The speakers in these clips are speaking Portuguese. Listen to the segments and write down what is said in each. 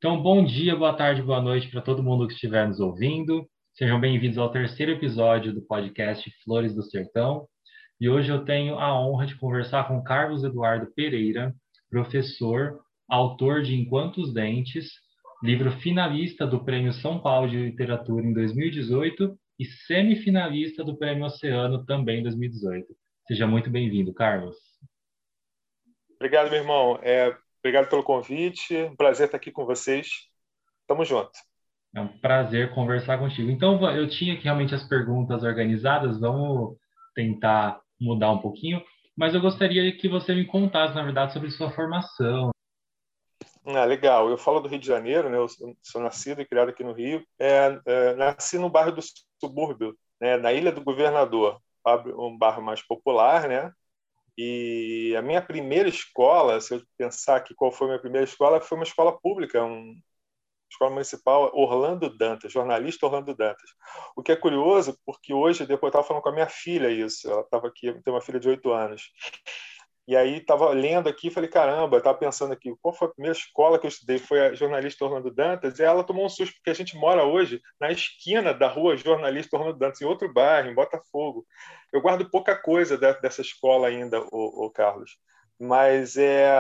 Então, bom dia, boa tarde, boa noite para todo mundo que estiver nos ouvindo. Sejam bem-vindos ao terceiro episódio do podcast Flores do Sertão. E hoje eu tenho a honra de conversar com Carlos Eduardo Pereira, professor, autor de Enquanto os Dentes, livro finalista do Prêmio São Paulo de Literatura em 2018 e semifinalista do Prêmio Oceano também em 2018. Seja muito bem-vindo, Carlos. Obrigado, meu irmão. Obrigado pelo convite. Um prazer estar aqui com vocês. Tamo junto. É um prazer conversar contigo. Então, eu tinha aqui realmente as perguntas organizadas, vamos tentar mudar um pouquinho, mas eu gostaria que você me contasse, na verdade, sobre sua formação. Legal. Eu falo do Rio de Janeiro, né? Eu sou nascido e criado aqui no Rio. Nasci no bairro do Subúrbio, né? Na Ilha do Governador, um bairro mais popular, né? E a minha primeira escola, se eu pensar aqui qual foi a minha primeira escola, foi uma escola pública, Escola Municipal Orlando Dantas, jornalista Orlando Dantas. O que é curioso, porque hoje, depois eu estava falando com a minha filha isso, ela estava aqui, eu tenho uma filha de 8 anos, e aí estava lendo aqui e falei, caramba, estava pensando aqui, qual foi a primeira escola que eu estudei? Foi a jornalista Orlando Dantas, e ela tomou um susto, porque a gente mora hoje na esquina da rua Jornalista Orlando Dantas, em outro bairro, em Botafogo. Eu guardo pouca coisa dessa escola ainda, o Carlos, mas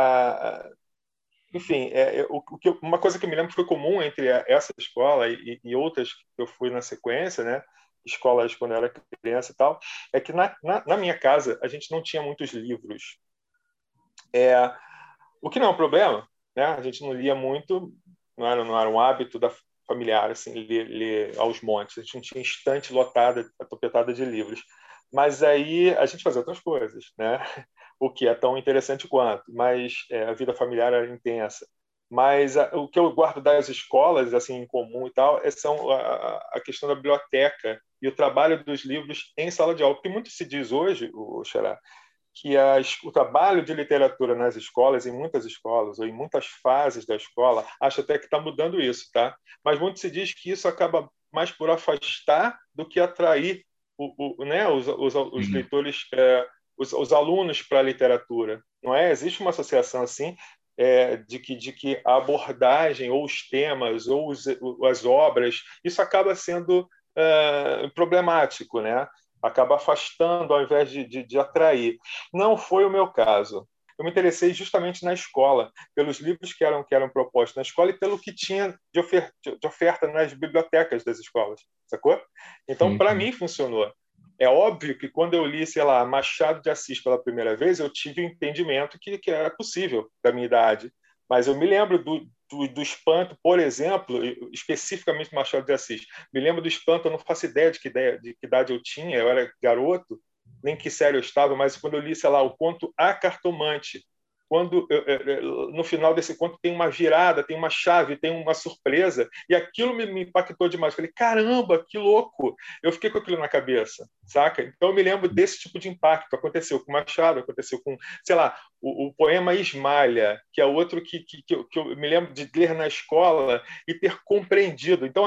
enfim, uma coisa que eu me lembro que foi comum entre essa escola e outras que eu fui na sequência, né, escolas quando eu era criança e tal, é que na minha casa a gente não tinha muitos livros. O que não é um problema, né? A gente não lia muito, não era um hábito familiar assim, ler aos montes. A gente não tinha estante lotada, atopetada de livros. Mas aí a gente fazia outras coisas, né? O que é tão interessante quanto, mas a vida familiar era intensa. Mas o que eu guardo das escolas, assim, em comum e tal, são a questão da biblioteca e o trabalho dos livros em sala de aula. Porque muito se diz hoje, o Xará, que o trabalho de literatura nas escolas, em muitas escolas, ou em muitas fases da escola, acho até que está mudando isso, tá? Mas muito se diz que isso acaba mais por afastar do que atrair né, os leitores, os alunos para a literatura, não é? Existe uma associação assim de que a abordagem ou os temas ou as obras, isso acaba sendo problemático, né? Acaba afastando ao invés de atrair. Não foi o meu caso. Eu me interessei justamente na escola, pelos livros que eram propostos na escola e pelo que tinha de oferta nas bibliotecas das escolas, sacou? Então, para mim, funcionou. É óbvio que quando eu li, sei lá, Machado de Assis pela primeira vez, eu tive o entendimento que era possível da minha idade. Mas eu me lembro do espanto, por exemplo, especificamente Machado de Assis. Me lembro do espanto, eu não faço ideia de que idade eu tinha, eu era garoto, nem que sério eu estava, mas quando eu li, sei lá, o conto A Cartomante, quando no final desse conto tem uma virada, tem uma chave, tem uma surpresa, e aquilo me impactou demais. Eu falei, caramba, que louco! Eu fiquei com aquilo na cabeça, saca? Então eu me lembro desse tipo de impacto. Aconteceu com Machado, aconteceu com, sei lá, o poema Ismalha, que é outro que eu me lembro de ler na escola e ter compreendido. Então a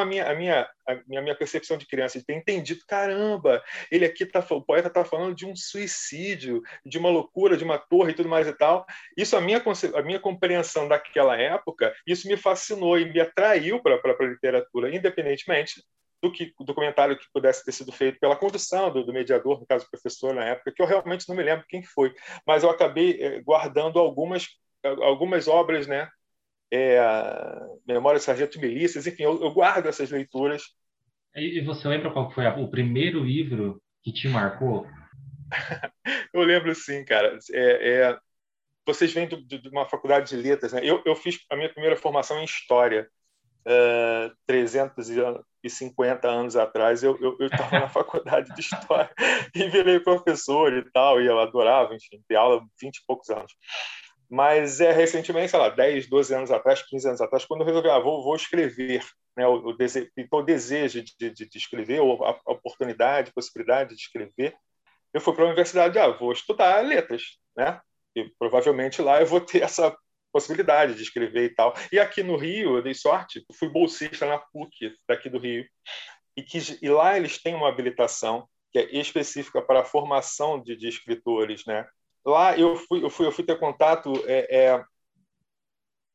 minha percepção de criança, de ter entendido, caramba, ele aqui o poeta está falando de um suicídio, de uma loucura, de uma torre e tudo mais e tal. Isso, a minha compreensão daquela época, isso me fascinou e me atraiu para a literatura, independentemente do comentário que pudesse ter sido feito pela condução do mediador, no caso do professor na época, que eu realmente não me lembro quem foi, mas eu acabei guardando algumas obras, né? Memória do Sargento Milícias, enfim, eu guardo essas leituras. E você lembra qual foi o primeiro livro que te marcou? Eu lembro sim, cara. Vocês vêm de uma faculdade de letras, né? Eu fiz a minha primeira formação em História. 350 anos atrás, eu estava na faculdade de História e virei professor e tal, e eu adorava, enfim, ter aula 20 e poucos anos. Mas recentemente, sei lá, 10, 12 anos atrás, 15 anos atrás, quando eu resolvi, vou escrever, né, o desejo de escrever, ou a oportunidade, a possibilidade de escrever, eu fui para a universidade, vou estudar letras, né? E provavelmente lá eu vou ter essa possibilidade de escrever e tal. E aqui no Rio, eu dei sorte, fui bolsista na PUC daqui do Rio, e lá eles têm uma habilitação que é específica para a formação de escritores, né? Lá eu fui ter contato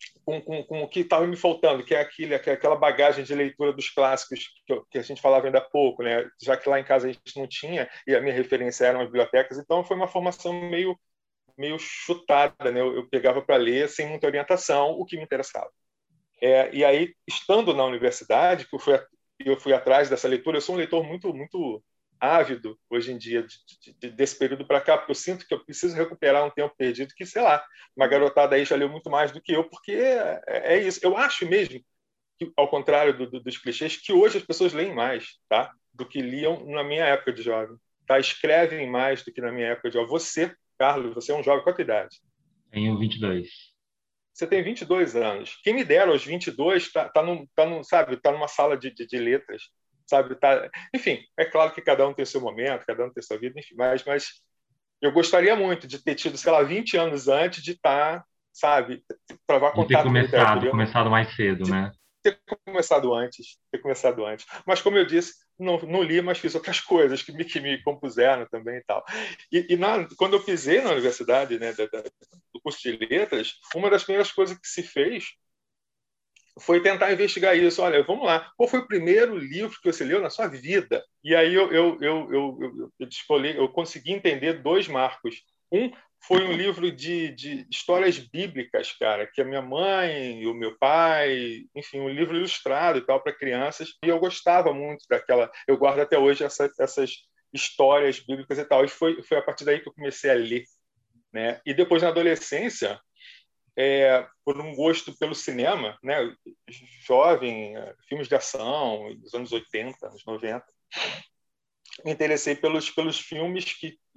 com o que estava me faltando, que é aquela bagagem de leitura dos clássicos que a gente falava ainda há pouco, né? Já que lá em casa a gente não tinha, e a minha referência eram as bibliotecas, então foi uma formação meio chutada, né? Eu pegava para ler sem muita orientação, o que me interessava. E aí, estando na universidade, que eu fui atrás dessa leitura, eu sou um leitor muito ávido hoje em dia desse período para cá, porque eu sinto que eu preciso recuperar um tempo perdido que, sei lá, uma garotada aí já leu muito mais do que eu, porque é isso. Eu acho mesmo que, ao contrário dos clichês, que hoje as pessoas leem mais, tá? Do que liam na minha época de jovem, tá? Escrevem mais do que na minha época de jovem. Você, Carlos, você é um jovem, qual a tua idade? Tenho 22. Você tem 22 anos. Quem me dera aos 22 sabe, tá numa sala de letras, sabe? Enfim, é claro que cada um tem seu momento, cada um tem sua vida, enfim, mas eu gostaria muito de ter tido, sei lá, 20 anos antes de estar, sabe, travar De ter contato com literatura. começado mais cedo, De né? ter começado antes. Mas, como eu disse, não li, mas fiz outras coisas que me compuseram também e tal. Quando eu pisei na universidade, né, do curso de letras, uma das primeiras coisas que se fez foi tentar investigar isso. Olha, vamos lá, qual foi o primeiro livro que você leu na sua vida? E aí eu consegui entender dois marcos. Um foi um livro de histórias bíblicas, cara, que a minha mãe e o meu pai, enfim, um livro ilustrado e tal para crianças. E eu gostava muito daquela. Eu guardo até hoje essas histórias bíblicas e tal. E foi a partir daí que eu comecei a ler, né? E depois na adolescência, por um gosto pelo cinema, né? Jovem, filmes de ação dos anos 80, anos 90, me interessei pelos filmes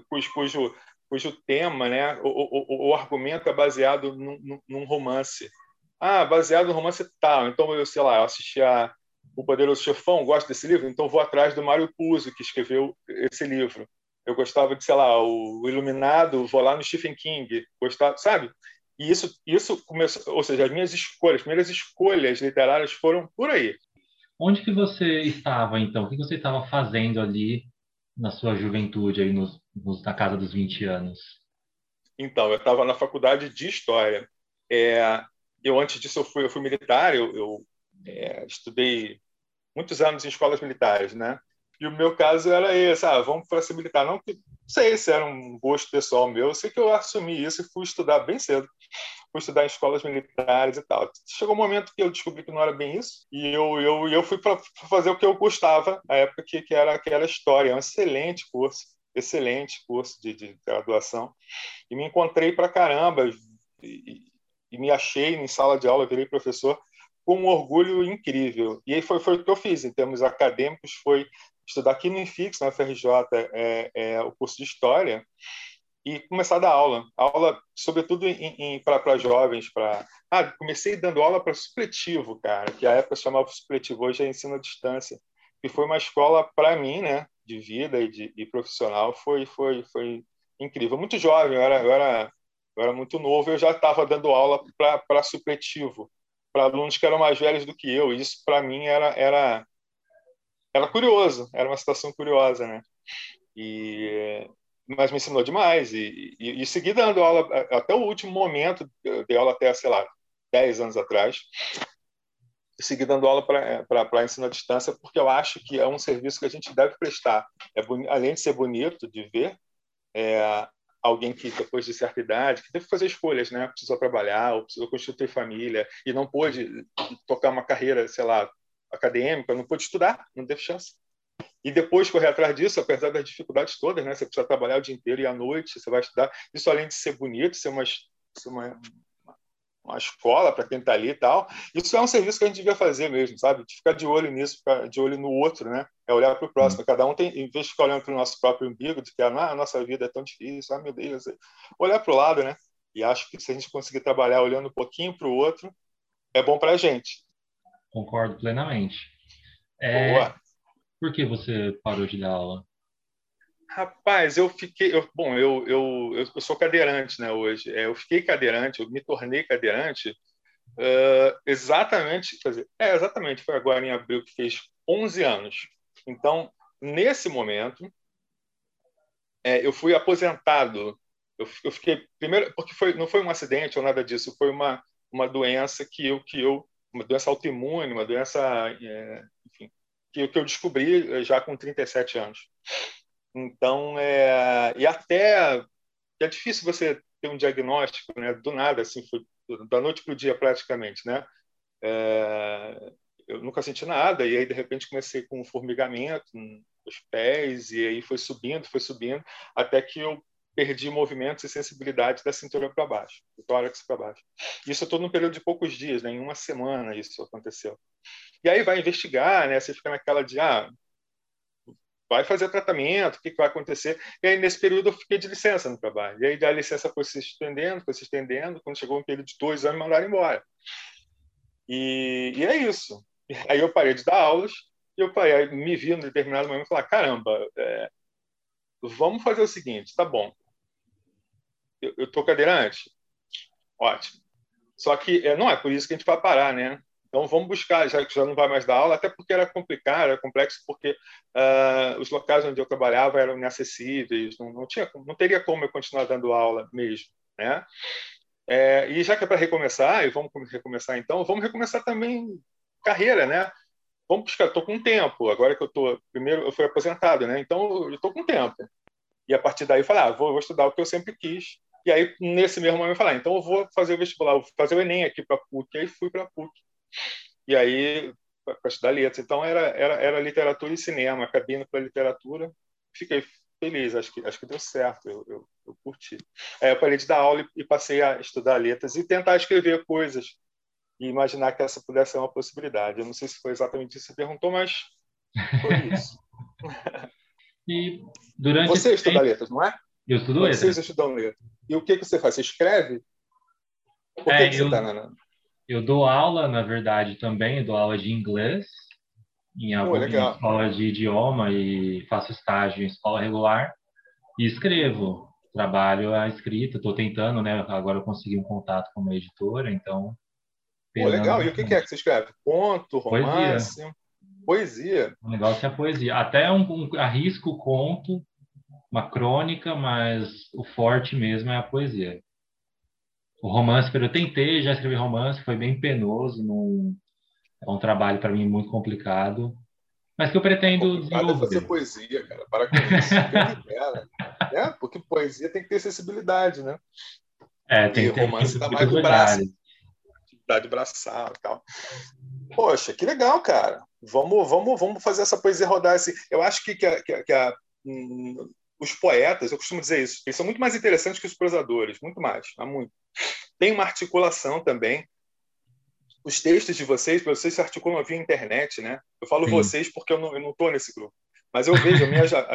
cujo tema, né? O argumento é baseado num romance. Ah, baseado no romance tal. Então, eu sei lá, eu assisti a O Poderoso Chefão, gosto desse livro, então vou atrás do Mário Puzo, que escreveu esse livro. Eu gostava de, sei lá, o Iluminado, vou lá no Stephen King, gostava, sabe? E isso começou, ou seja, as minhas escolhas, as primeiras escolhas literárias foram por aí. Onde que você estava, então? O que você estava fazendo ali na sua juventude, aí na casa dos 20 anos? Então, eu estava na faculdade de História. Antes disso, eu fui militar, eu estudei muitos anos em escolas militares, né? E o meu caso era esse, vamos para ser militar. Não sei se era um gosto pessoal meu, eu sei que eu assumi isso e fui estudar bem cedo. Fui estudar em escolas militares e tal. Chegou um momento que eu descobri que não era bem isso, e eu fui para fazer o que eu gostava, na época que era história. É um excelente curso de graduação. E me encontrei para caramba, e me achei em sala de aula, virei professor com um orgulho incrível. E aí foi o que eu fiz em termos acadêmicos, foi estudar aqui no INFIX, na FRJ, o curso de História, e começar a dar aula sobretudo para jovens. Comecei dando aula para supletivo, cara, que a época chamava supletivo, hoje é ensino à distância, e foi uma escola para mim, né, de vida e profissional, foi incrível. Muito jovem, eu era muito novo, eu já estava dando aula para supletivo, para alunos que eram mais velhos do que eu, e isso para mim era curioso, era uma situação curiosa, né? Mas me ensinou demais e segui dando aula até o último momento. Eu dei aula até, sei lá, 10 anos atrás. Segui dando aula para ensino à distância, porque eu acho que é um serviço que a gente deve prestar. Além de ser bonito de ver, alguém que, depois de certa idade, que teve que fazer escolhas, né? Precisou trabalhar, ou precisou constituir família, e não pôde tocar uma carreira, sei lá, acadêmica, não pôde estudar, não teve chance. E depois correr atrás disso, apesar das dificuldades todas, né? Você precisa trabalhar o dia inteiro e à noite você vai estudar. Isso, além de ser bonito, ser uma escola para quem está ali e tal, isso é um serviço que a gente devia fazer mesmo, sabe? De ficar de olho nisso, ficar de olho no outro, né? É olhar para o próximo. Cada um tem, em vez de ficar olhando para o nosso próprio umbigo, de que a nossa vida é tão difícil, meu Deus, olhar para o lado, né? E acho que se a gente conseguir trabalhar olhando um pouquinho para o outro, é bom para a gente. Concordo plenamente. Boa. Por que você parou de dar aula? Rapaz, eu fiquei. Bom, eu sou cadeirante, né, hoje. Eu fiquei cadeirante, eu me tornei cadeirante exatamente. Quer dizer, exatamente, foi agora em abril que fez 11 anos. Então, nesse momento, eu fui aposentado. Eu fiquei. Primeiro, porque não foi um acidente ou nada disso, foi uma uma doença uma doença autoimune, uma doença, enfim, que eu descobri já com 37 anos. Então, e até é difícil você ter um diagnóstico, né, do nada, assim, foi da noite para o dia praticamente, né? Eu nunca senti nada, e aí de repente comecei com um formigamento nos pés, e aí foi subindo, até que eu perdi movimentos e sensibilidade da cintura para baixo, do tórax para baixo. Isso todo num período de poucos dias, né? Em uma semana isso aconteceu. E aí vai investigar, né? Você fica naquela de, vai fazer tratamento, o que vai acontecer? E aí, nesse período, eu fiquei de licença no trabalho. E aí, a licença foi se estendendo. Quando chegou um período de 2 anos, me mandaram embora. E é isso. Aí eu parei de dar aulas, e eu parei, aí me vi em determinado momento e falei, caramba, vamos fazer o seguinte, tá bom, eu tô cadeirante? Ótimo. Só que não é por isso que a gente vai parar, né? Então vamos buscar, já que já não vai mais dar aula, até porque era complicado, era complexo, porque os locais onde eu trabalhava eram inacessíveis, não teria como eu continuar dando aula mesmo, né? E já que é para recomeçar, e vamos recomeçar então, vamos recomeçar também carreira, né? Vamos buscar, estou com tempo, agora que primeiro eu fui aposentado, né? Então eu estou com tempo. E a partir daí eu falei, vou estudar o que eu sempre quis. E aí, nesse mesmo momento, eu falei, então eu vou fazer o vestibular, vou fazer o Enem aqui para a PUC. E aí fui para a PUC. E aí, para estudar letras. Então era literatura e cinema, cabine para literatura. Fiquei feliz, acho que deu certo, eu curti. Aí eu parei de dar aula e passei a estudar letras e tentar escrever coisas e imaginar que essa pudesse ser uma possibilidade. Eu não sei se foi exatamente isso que você perguntou, mas foi isso. E durante Você esse estuda tempo, letras, não é? eu estudo letras. Vocês estudam letras. E o que você faz? Você escreve? Por que você está na... Eu dou aula, na verdade, também, eu dou aula de inglês em legal. escola de idioma e faço estágio em escola regular e escrevo. Trabalho a escrita, estou tentando, né? Agora eu consegui um contato com uma editora, então penando Legal. E o que é bastante. que você escreve? Conto, Poesia. romance, poesia. O negócio é a poesia. Até arrisco o conto, uma crônica, mas o forte mesmo é a poesia. O romance, eu tentei, já escrevi romance, foi bem penoso, é um trabalho para mim muito complicado, mas que eu pretendo Complicado é fazer desenvolver. poesia, cara. Para com isso. Quem me dera. Porque poesia tem que ter sensibilidade, né? Tem E que ter romance dá mais muitos do braço, olhares. atividade braçal e tal. Poxa, que legal, cara. Vamos fazer essa poesia rodar assim. Eu acho que os poetas, eu costumo dizer isso, eles são muito mais interessantes que os prosadores, muito mais, há muito. Tem uma articulação também. Os textos de vocês se articulam via internet, né? Eu falo Sim. vocês porque eu não estou nesse grupo. Mas eu vejo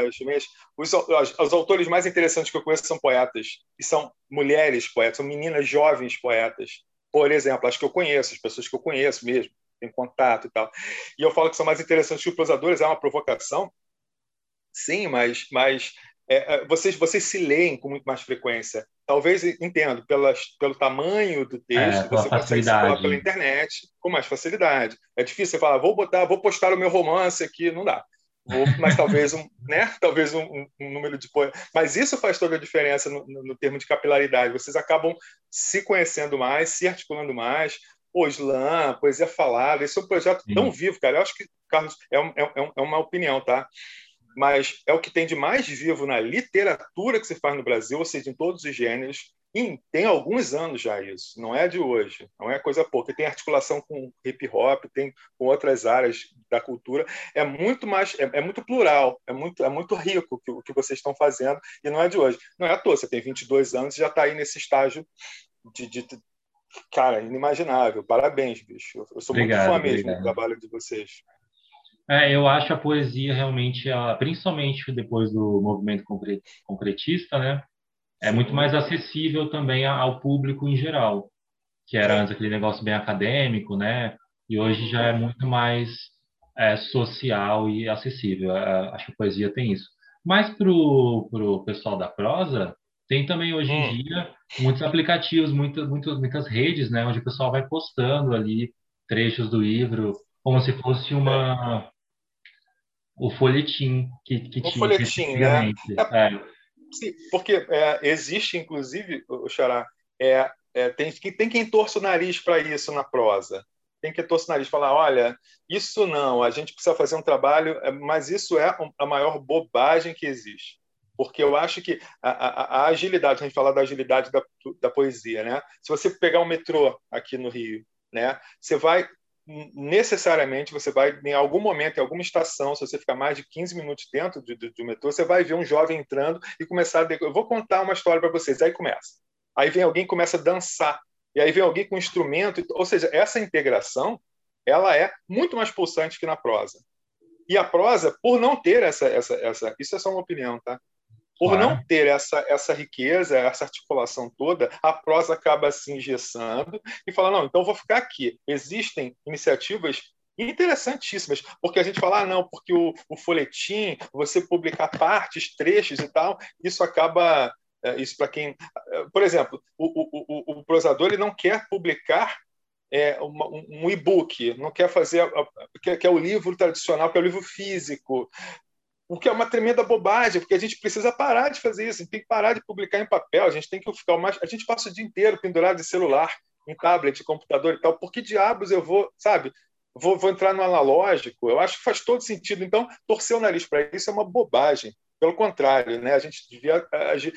os autores mais interessantes que eu conheço são poetas, e são mulheres poetas, são meninas jovens poetas. Por exemplo, acho que eu conheço, as pessoas que eu conheço mesmo, tenho contato e tal. E eu falo que são mais interessantes que os prosadores, é uma provocação, sim, mas vocês se leem com muito mais frequência. Talvez, entendo, pelo tamanho do texto, Pela você consegue circular pela facilidade. internet com mais facilidade. É difícil você falar, vou postar o meu romance aqui, não dá. Mas talvez talvez um número de poemas. Mas isso faz toda a diferença no termo de capilaridade. Vocês acabam se conhecendo mais, se articulando mais. O slam, poesia falada, esse é um projeto tão Sim. vivo, cara. Eu acho que, Carlos, é uma opinião, tá? Mas é o que tem de mais vivo na literatura que se faz no Brasil, ou seja, em todos os gêneros. E tem alguns anos já isso, não é de hoje, não é coisa pouca. Tem articulação com hip hop, tem com outras áreas da cultura. É muito mais, é muito plural, é muito rico o que vocês estão fazendo, e não é de hoje. Não é à toa, você tem 22 anos e já está aí nesse estágio de cara, inimaginável. Parabéns, bicho. Eu sou muito Obrigado, fã mesmo do obrigado. trabalho de vocês. Eu acho a poesia realmente, principalmente depois do movimento concretista, né? É muito Sim, mais acessível também ao público em geral, que era sim. antes aquele negócio bem acadêmico, né? E hoje já é muito mais social e acessível. Acho que a poesia tem isso. Mas pro pessoal da prosa, tem também hoje em Hum, dia muitos aplicativos, muitas redes, né? Onde o pessoal vai postando ali trechos do livro, como se fosse é. o folhetim que Um tinha folhetim, né? antigamente. É, Sim, porque existe, inclusive, o Xará, Tem quem torça o nariz para isso na prosa. Tem quem torça o nariz e falar, olha, isso não, a gente precisa fazer um trabalho, mas isso é a maior bobagem que existe. Porque eu acho que a agilidade, a gente fala da agilidade da poesia, né? Se você pegar um metrô aqui no Rio, né? Necessariamente, você vai, em algum momento, em alguma estação, se você ficar mais de 15 minutos dentro do metrô, você vai ver um jovem entrando e começar eu vou contar uma história para vocês, aí começa. Aí vem alguém que começa a dançar, e aí vem alguém com um instrumento, ou seja, essa integração, ela é muito mais pulsante que na prosa. E a prosa, por não ter isso é só uma opinião, tá? Por não Claro. ter essa riqueza, essa articulação toda, a prosa acaba se engessando e fala, não, então eu vou ficar aqui. Existem iniciativas interessantíssimas, porque a gente fala, não, porque o folhetim, você publicar partes, trechos e tal, isso acaba, isso para quem... Por exemplo, o prosador ele não quer publicar um e-book, não quer fazer, que é o livro tradicional, que é o livro físico, o que é uma tremenda bobagem, porque a gente precisa parar de fazer isso, a gente tem que parar de publicar em papel, a gente tem que ficar mais... A gente passa o dia inteiro pendurado em celular, em tablet, em computador e tal, por que diabos eu vou, sabe, vou entrar no analógico? Eu acho que faz todo sentido. Então, torcer o nariz para isso é uma bobagem. Pelo contrário, né? A gente devia agir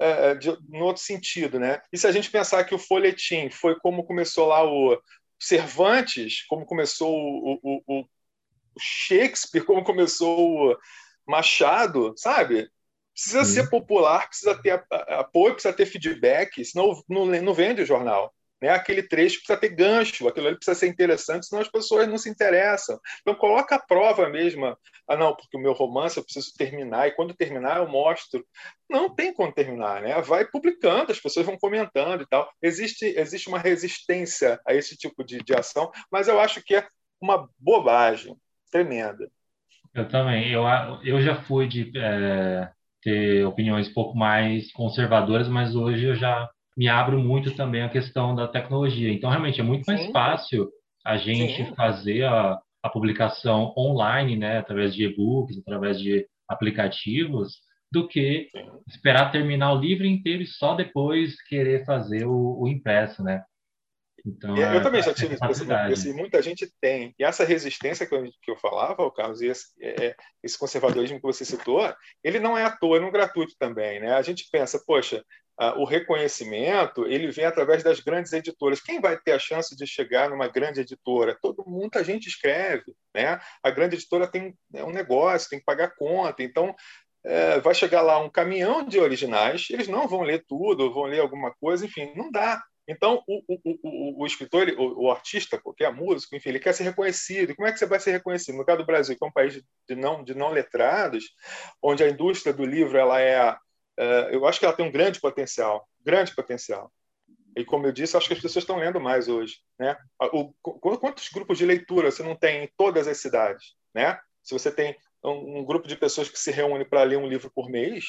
no outro sentido, né? E se a gente pensar que o folhetim foi como começou lá o Cervantes, como começou o Shakespeare, como começou o Machado, sabe? Precisa ser Sim. popular, precisa ter apoio, precisa ter feedback, senão não vende o jornal. Né? Aquele trecho precisa ter gancho, aquilo ali precisa ser interessante, senão as pessoas não se interessam. Então, coloca a prova mesmo. Ah, não, porque o meu romance eu preciso terminar, e quando terminar eu mostro. Não tem como terminar, né? Vai publicando, as pessoas vão comentando e tal. Existe uma resistência a esse tipo de ação, mas eu acho que é uma bobagem tremenda. Eu também. Eu já fui de ter opiniões um pouco mais conservadoras, mas hoje eu já me abro muito também à questão da tecnologia. Então, realmente, é muito mais Sim, fácil a gente sim, fazer a publicação online, né, através de e-books, através de aplicativos, do que sim. esperar terminar o livro inteiro e só depois querer fazer o impresso, né? Então, Eu também já essa tive facilidade. muita gente tem. E essa resistência que eu falava, o Carlos, e esse conservadorismo que você citou, ele não é à toa, é no gratuito também. Né? A gente pensa, poxa, o reconhecimento ele vem através das grandes editoras. Quem vai ter a chance de chegar numa grande editora? Muita gente escreve. Né? A grande editora tem um negócio, tem que pagar conta. Então, vai chegar lá um caminhão de originais, eles não vão ler tudo, vão ler alguma coisa, enfim, não dá. Então, o escritor, o artista, qualquer músico, enfim, ele quer ser reconhecido. E como é que você vai ser reconhecido? No caso do Brasil, que é um país de não letrados, onde a indústria do livro ela eu acho que ela tem um grande potencial, grande potencial. E como eu disse, acho que as pessoas estão lendo mais hoje, né? Quantos grupos de leitura você não tem em todas as cidades, né? Se você tem um grupo de pessoas que se reúne para ler um livro por mês,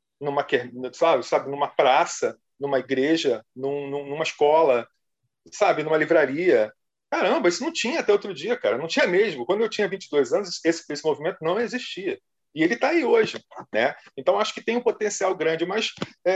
sabe, numa praça, numa igreja, numa escola, sabe, numa livraria. Caramba, isso não tinha até outro dia, cara. Não tinha mesmo. Quando eu tinha 22 anos, esse movimento não existia. E ele está aí hoje, né? Então acho que tem um potencial grande, mas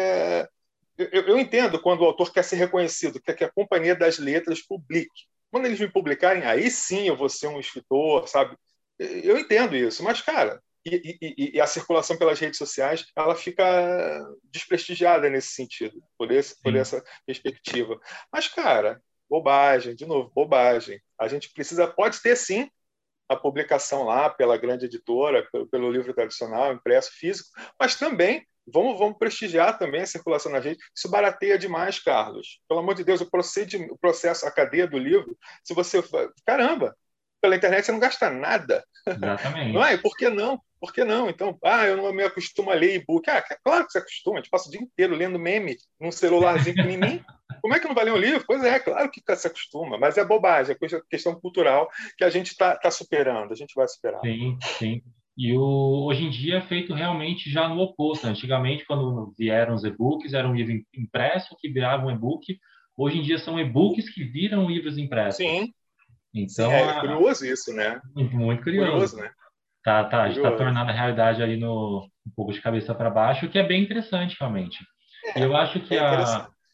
eu entendo quando o autor quer ser reconhecido, quer que a Companhia das Letras publique. Quando eles me publicarem, aí sim eu vou ser um escritor, sabe? Eu entendo isso, mas, cara, e a circulação pelas redes sociais, ela fica desprestigiada nesse sentido, por Sim. essa perspectiva. Mas, cara, bobagem, de novo, bobagem. A gente precisa, pode ter sim a publicação lá pela grande editora, pelo livro tradicional, impresso, físico, mas também vamos prestigiar também a circulação na rede. Isso barateia demais, Carlos. Pelo amor de Deus, o processo, a cadeia do livro, se você... Caramba, pela internet você não gasta nada. Não é? Exatamente. Por que não? Por que não? Então, eu não me acostumo a ler e-book. É claro que você acostuma, a gente passa o dia inteiro lendo meme num celularzinho pequenininho. Como é que não vai ler um livro? Pois é, claro que se acostuma, mas é bobagem, é questão cultural que a gente está superando, a gente vai superar. Sim, sim. Hoje em dia é feito realmente já no oposto. Antigamente, quando vieram os e-books, era um livro impresso que virava um e-book. Hoje em dia são e-books que viram livros impressos. Sim, sim, Então, é curioso isso, né? muito curioso. Curioso, né? Está Curioso. tornando a realidade ali no, um pouco de cabeça para baixo, o que é bem interessante, realmente. E eu acho que É interessante.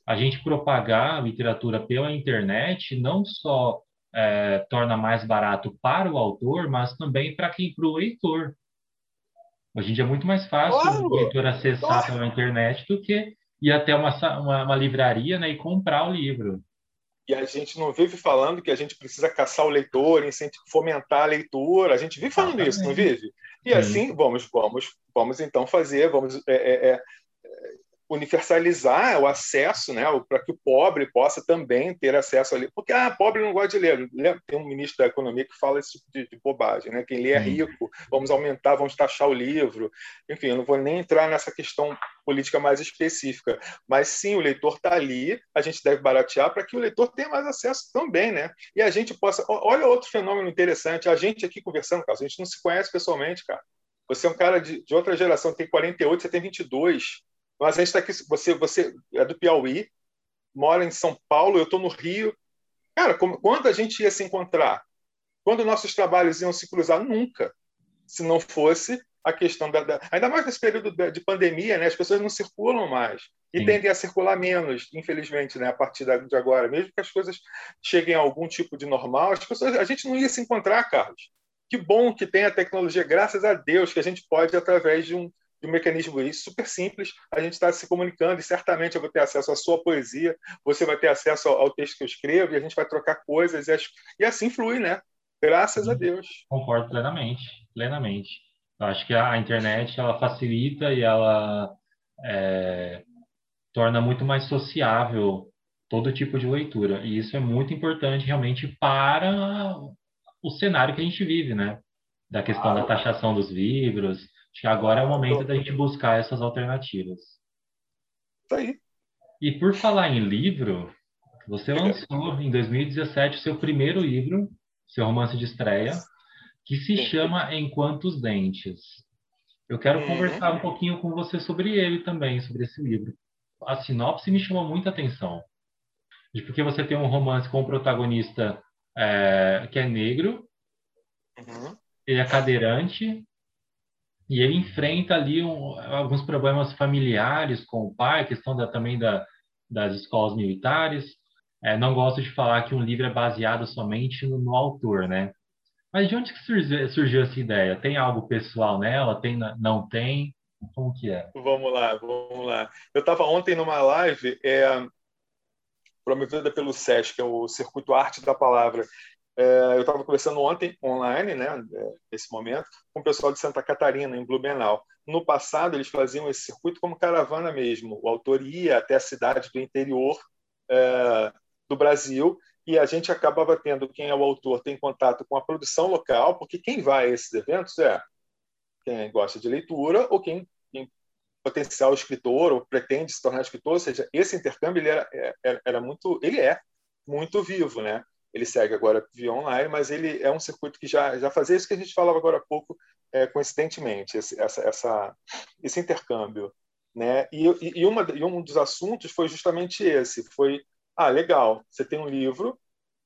a gente propagar a literatura pela internet não só torna mais barato para o autor, mas também para o leitor. Hoje em dia é muito mais fácil o Claro, leitor acessar claro. pela internet do que ir até uma livraria, né, e comprar o livro. E a gente não vive falando que a gente precisa caçar o leitor, fomentar a leitura. A gente vive falando isso, não Exatamente. vive? E Sim, assim, vamos então fazer, vamos universalizar o acesso, né, para que o pobre possa também ter acesso ali. Porque pobre não gosta de ler. Tem um ministro da Economia que fala esse tipo de bobagem, né? Quem lê é sim, rico, vamos aumentar, vamos taxar o livro. Enfim, eu não vou nem entrar nessa questão política mais específica. Mas sim, o leitor está ali, a gente deve baratear para que o leitor tenha mais acesso também, né? E a gente possa. Olha outro fenômeno interessante, a gente aqui conversando, Carlos, a gente não se conhece pessoalmente, cara. Você é um cara de outra geração, tem 48, você tem 22. Mas a gente está aqui, você é do Piauí, mora em São Paulo, eu estou no Rio. Cara, quando a gente ia se encontrar? Quando nossos trabalhos iam se cruzar? Nunca. Se não fosse a questão ainda mais nesse período de pandemia, né? As pessoas não circulam mais e sim. tendem a circular menos, infelizmente, né? A partir de agora, mesmo que as coisas cheguem a algum tipo de normal, a gente não ia se encontrar, Carlos. Que bom que tem a tecnologia, graças a Deus, que a gente pode, através de um mecanismo super simples, a gente está se comunicando e certamente eu vou ter acesso à sua poesia, você vai ter acesso ao texto que eu escrevo e a gente vai trocar coisas e assim flui, né? Graças a Sim. Deus. Concordo plenamente, plenamente. Eu acho que a internet ela facilita e ela torna muito mais sociável todo tipo de leitura. E isso é muito importante realmente para o cenário que a gente vive, né? Da questão da Claro, taxação dos livros. Acho que agora é o claro. momento da gente buscar essas alternativas. Isso aí. E por falar em livro, você Diga. lançou em 2017 o seu primeiro livro, seu romance de estreia, que se Sim. chama Enquanto os Dentes. Eu quero Uhum. conversar um pouquinho com você sobre ele também, sobre esse livro. A sinopse me chamou muita atenção, porque você tem um romance com um protagonista que é negro, Uhum. ele é cadeirante e ele enfrenta ali alguns problemas familiares com o pai, questão também das escolas militares. Não gosto de falar que um livro é baseado somente no autor, né? Mas de onde que surgiu essa ideia? Tem algo pessoal nela? Não tem? Como que é? Vamos lá, vamos lá. Eu estava ontem numa live promovida pelo SESC, que é o Circuito Arte da Palavra. Eu estava conversando ontem, online, né, nesse momento, com o pessoal de Santa Catarina, em Blumenau. No passado, eles faziam esse circuito como caravana mesmo. O autor ia até a cidade do interior do Brasil e a gente acabava tendo quem é o autor tem contato com a produção local, porque quem vai a esses eventos é quem gosta de leitura ou quem potencial escritor ou pretende se tornar escritor, ou seja, esse intercâmbio ele é muito vivo, né? Ele segue agora via online, mas ele é um circuito que já fazia isso que a gente falava agora há pouco, coincidentemente, esse intercâmbio, né? E um dos assuntos foi justamente esse, foi legal, você tem um livro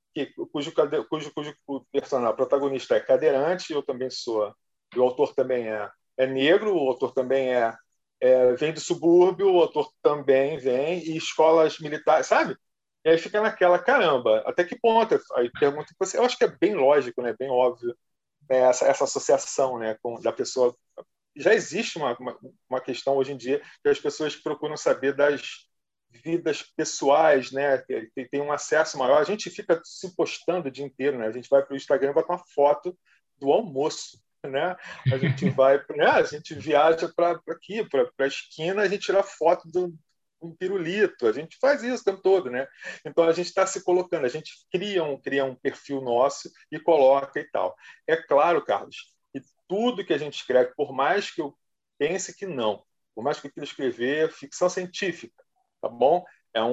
cujo personagem, protagonista é cadeirante, eu também sou, o autor também é negro, o autor também vem do subúrbio, o autor também vem, e escolas militares, sabe? E aí fica naquela, caramba, até que ponto? Aí pergunta você, eu acho que é bem lógico, né, bem óbvio, né, essa associação, né, da pessoa. Já existe uma questão hoje em dia que as pessoas procuram saber das vidas pessoais, né, que tem um acesso maior. A gente fica se postando o dia inteiro, né? A gente vai para o Instagram e bota uma foto do almoço, né? A gente vai, né? A gente viaja para aqui, para a esquina, a gente tira foto do um pirulito, a gente faz isso o tempo todo, né? Então a gente está se colocando, a gente cria um perfil nosso e coloca e tal. É claro, Carlos, que tudo que a gente escreve, por mais que eu pense que não, por mais que eu queira escrever ficção científica, tá bom?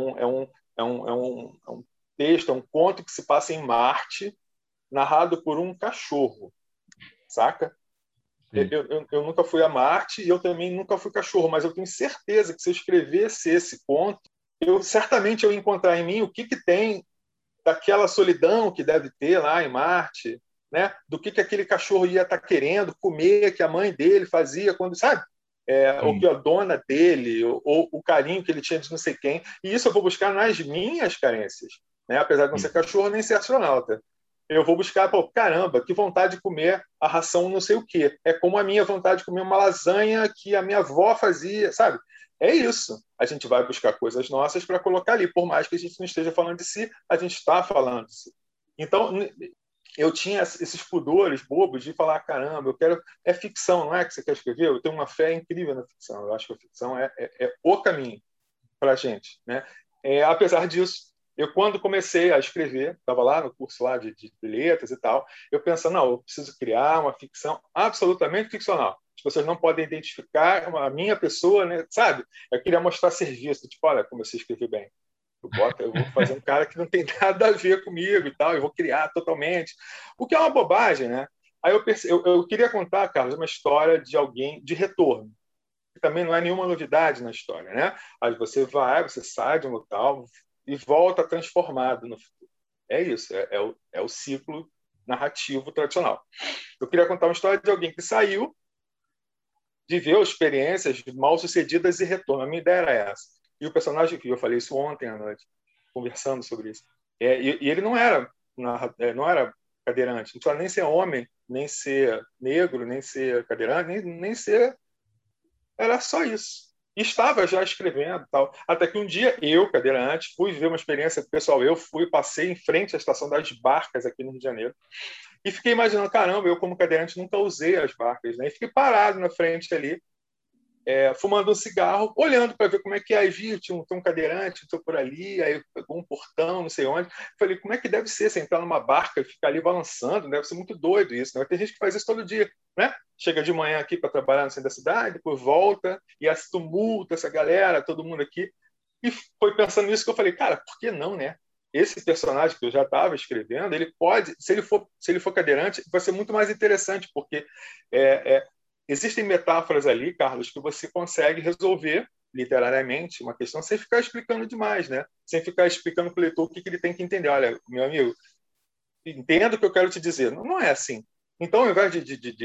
É um texto, é um conto que se passa em Marte, narrado por um cachorro, saca? Sim. Eu nunca fui a Marte e eu também nunca fui cachorro, mas eu tenho certeza que se eu escrevesse esse conto, certamente eu ia encontrar em mim o que tem daquela solidão que deve ter lá em Marte, né? Do que aquele cachorro ia estar querendo comer, que a mãe dele fazia quando, sabe? ou que a dona dele, ou o carinho que ele tinha de não sei quem. E isso eu vou buscar nas minhas carências, né? Apesar de não ser cachorro nem ser astronauta. Eu vou buscar, pô, caramba, que vontade de comer a ração não sei o quê. É como a minha vontade de comer uma lasanha que a minha avó fazia, sabe? É isso. A gente vai buscar coisas nossas para colocar ali. Por mais que a gente não esteja falando de si, a gente está falando de si. Então, eu tinha esses pudores bobos de falar, caramba, eu quero... É ficção, não é que você quer escrever? Eu tenho uma fé incrível na ficção. Eu acho que a ficção é o caminho para a gente, né? Apesar disso, eu, quando comecei a escrever, estava lá no curso lá de letras e tal, eu pensando, não, eu preciso criar uma ficção absolutamente ficcional. As pessoas não podem identificar a minha pessoa, né? Sabe? Eu queria mostrar serviço, tipo, olha como eu sei escrever bem. Eu vou fazer um cara que não tem nada a ver comigo e tal, eu vou criar totalmente. O que é uma bobagem, né? Aí eu queria contar, Carlos, uma história de alguém de retorno, que também não é nenhuma novidade na história, né? Aí você sai de um local e volta transformado no futuro. É isso, é o ciclo narrativo tradicional. Eu queria contar uma história de alguém que saiu, viveu experiências mal-sucedidas e retorno. A minha ideia era essa. E o personagem, que eu falei isso ontem à noite, conversando sobre isso, e ele não era cadeirante, não precisava nem ser homem, nem ser negro, nem ser cadeirante, nem ser... Era só isso. E estava já escrevendo tal. Até que um dia eu, cadeirante, fui ver uma experiência pessoal. Passei em frente à estação das barcas aqui no Rio de Janeiro e fiquei imaginando, caramba, eu como cadeirante nunca usei as barcas, né? E fiquei parado na frente ali, fumando um cigarro, olhando para ver como é que é. Aí vi, tem um cadeirante, estou por ali, aí pegou um portão, não sei onde. Falei, como é que deve ser você entrar numa barca e ficar ali balançando? Deve ser muito doido isso, né? Tem gente que faz isso todo dia, né? Chega de manhã aqui para trabalhar no centro da cidade, depois volta, e esse tumulto, essa galera, todo mundo aqui. E foi pensando nisso que eu falei, cara, por que não, né? Esse personagem que eu já estava escrevendo, ele pode, se ele for cadeirante, vai ser muito mais interessante, porque existem metáforas ali, Carlos, que você consegue resolver literariamente uma questão sem ficar explicando demais, né? Sem ficar explicando para o leitor o que ele tem que entender. Olha, meu amigo, entendo o que eu quero te dizer. Não é assim. Então, ao invés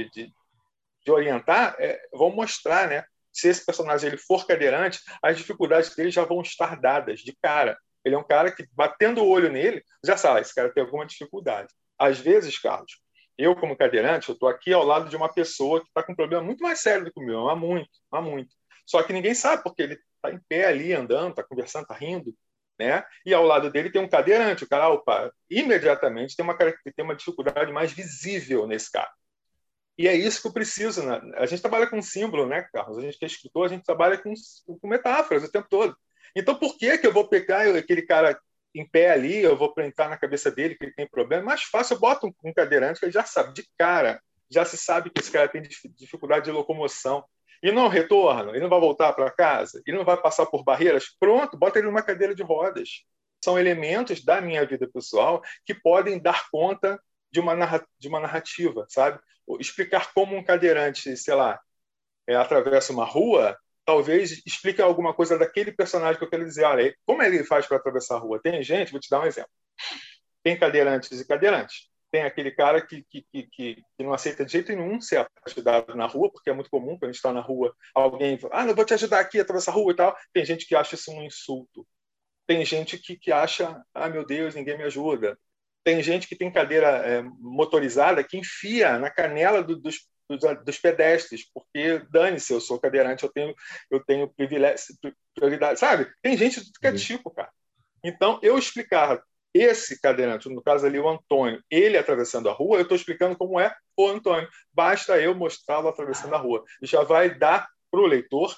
de orientar, vou mostrar, né? Se esse personagem ele for cadeirante, as dificuldades dele já vão estar dadas de cara. Ele é um cara que, batendo o olho nele, já sabe, esse cara tem alguma dificuldade. Às vezes, Carlos, eu, como cadeirante, eu estou aqui ao lado de uma pessoa que está com um problema muito mais sério do que o meu, há muito, há muito. Só que ninguém sabe, porque ele está em pé ali, andando, está conversando, está rindo, né? E ao lado dele tem um cadeirante. O cara, opa, imediatamente tem uma dificuldade mais visível nesse cara. E é isso que eu preciso, né? A gente trabalha com símbolo, né, Carlos? A gente que é escritor, a gente trabalha com metáforas o tempo todo. Então, por que eu vou pegar aquele cara em pé ali, eu vou entrar na cabeça dele que ele tem problema? É mais fácil, eu boto um cadeirante que ele já sabe, de cara, já se sabe que esse cara tem dificuldade de locomoção. E não retorna, ele não vai voltar para casa, ele não vai passar por barreiras. Pronto, bota ele numa cadeira de rodas. São elementos da minha vida pessoal que podem dar conta de uma narrativa, sabe? Explicar como um cadeirante, sei lá, atravessa uma rua, talvez explique alguma coisa daquele personagem que eu quero dizer. Olha, como ele faz para atravessar a rua? Tem gente, vou te dar um exemplo. Tem cadeirantes e cadeirantes. Tem aquele cara que não aceita de jeito nenhum ser ajudado na rua, porque é muito comum, quando a gente está na rua, alguém fala, não vou te ajudar aqui a atravessar a rua e tal. Tem gente que acha isso um insulto. Tem gente que acha, meu Deus, ninguém me ajuda. Tem gente que tem cadeira motorizada que enfia na canela dos pedestres, porque dane-se, eu sou cadeirante, eu tenho privilégio, prioridade, sabe? Tem gente que é tipo, cara. Então, eu explicar esse cadeirante, no caso ali o Antônio, ele atravessando a rua, eu estou explicando como é o Antônio. Basta eu mostrá-lo atravessando a rua. Já vai dar para o leitor